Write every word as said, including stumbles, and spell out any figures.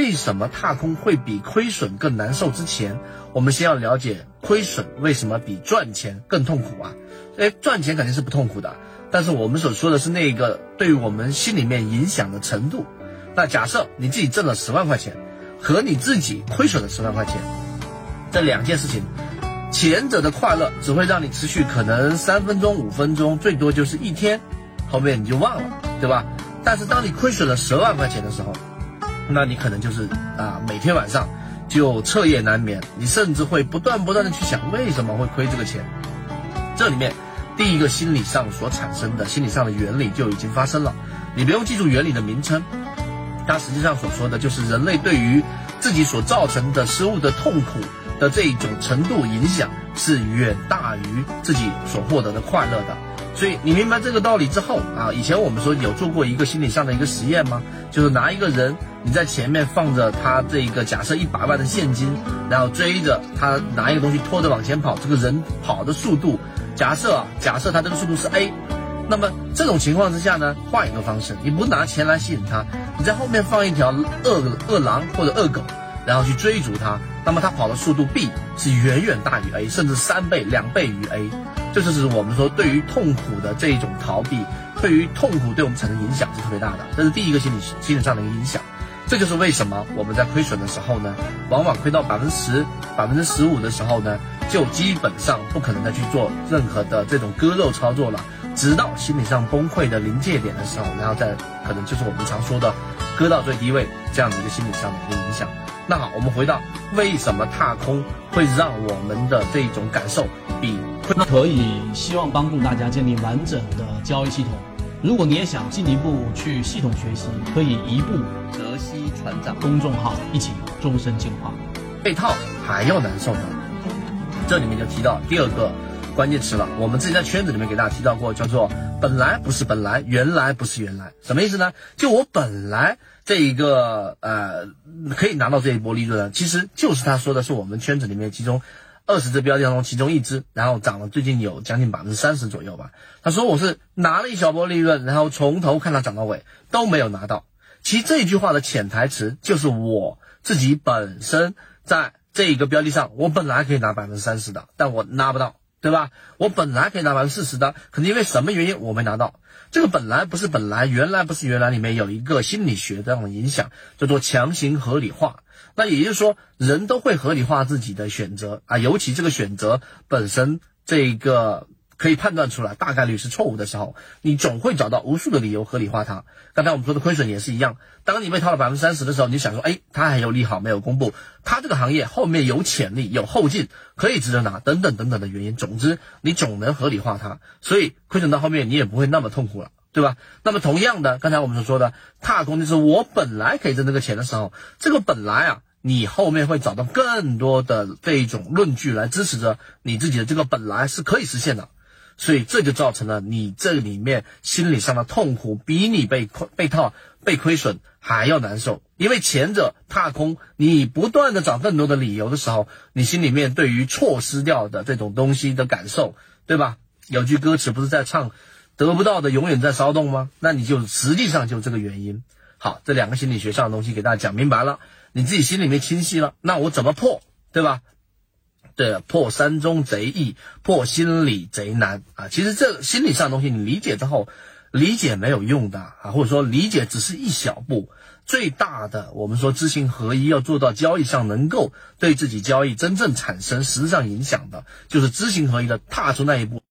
为什么踏空会比亏损更难受之前，我们先要了解亏损为什么比赚钱更痛苦啊？哎，赚钱肯定是不痛苦的，但是我们所说的是那个对于我们心里面影响的程度。那假设你自己挣了十万块钱，和你自己亏损了十万块钱，这两件事情，前者的快乐只会让你持续可能三分钟、五分钟，最多就是一天，后面你就忘了，对吧？但是当你亏损了十万块钱的时候，那你可能就是啊，每天晚上就彻夜难眠，你甚至会不断不断的去想为什么会亏这个钱。这里面第一个心理上所产生的心理上的原理就已经发生了，你不用记住原理的名称，它实际上所说的就是人类对于自己所造成的失误的痛苦的这一种程度影响是远大于自己所获得的快乐的。所以你明白这个道理之后啊，以前我们说有做过一个心理上的一个实验吗？就是拿一个人，你在前面放着他这个假设一百万的现金，然后追着他拿一个东西拖着往前跑，这个人跑的速度，假设啊，假设他这个速度是 A， 那么这种情况之下呢，换一个方式，你不拿钱来吸引他，你在后面放一条恶恶狼或者恶狗，然后去追逐他，那么他跑的速度 B 是远远大于 A， 甚至三倍、两倍于 A。这就是我们说对于痛苦的这一种逃避，对于痛苦对我们产生影响是特别大的，这是第一个心理心理上的一个影响。这就是为什么我们在亏损的时候呢，往往亏到百分之十、百分之十五的时候呢，就基本上不可能再去做任何的这种割肉操作了，直到心理上崩溃的临界点的时候，然后再可能就是我们常说的割到最低位这样的一个心理上的一个影响。那好，我们回到为什么踏空会让我们的这种感受比那可以希望帮助大家建立完整的交易系统。如果你也想进一步去系统学习，可以移步泽西船长公众号一起终身进化。 被套还要难受呢？这里面就提到第二个关键词了，我们自己在圈子里面给大家提到过，叫做本来不是本来，原来不是原来。什么意思呢？就我本来这一个呃可以拿到这一波利润呢，其实就是他说的是我们圈子里面其中二十只标的当中其中一只，然后涨了最近有将近百分之三十左右吧。他说我是拿了一小波利润，然后从头看它涨到尾都没有拿到。其实这句话的潜台词就是我自己本身在这一个标的上，我本来可以拿百分之三十的，但我拿不到，对吧？我本来可以拿百分之四十的，可能因为什么原因我没拿到。这个本来不是本来，原来不是原来里面有一个心理学这样的影响，叫做强行合理化。那也就是说，人都会合理化自己的选择啊，尤其这个选择本身这个可以判断出来大概率是错误的时候，你总会找到无数的理由合理化它。刚才我们说的亏损也是一样，当你被套了百分之三十的时候，你想说，哎，它还有利好没有公布，它这个行业后面有潜力、有后劲，可以值得拿，等等等等的原因，总之你总能合理化它，所以亏损到后面你也不会那么痛苦了，对吧？那么同样的，刚才我们所说的踏空，就是我本来可以挣这个钱的时候，这个本来啊，你后面会找到更多的这一种论据来支持着你自己的这个本来是可以实现的，所以这就造成了你这里面心理上的痛苦比你被被套被亏损还要难受。因为前者踏空，你不断的找更多的理由的时候，你心里面对于错失掉的这种东西的感受，对吧？有句歌词不是在唱得不到的永远在骚动吗？那你就实际上就这个原因。好，这两个心理学上的东西给大家讲明白了，你自己心里面清晰了，那我怎么破，对吧？对，破山中贼易，破心理贼难啊！其实这心理上的东西你理解之后，理解没有用的啊，或者说理解只是一小步，最大的我们说知行合一，要做到交易上能够对自己交易真正产生实质上影响的，就是知行合一的踏出那一步。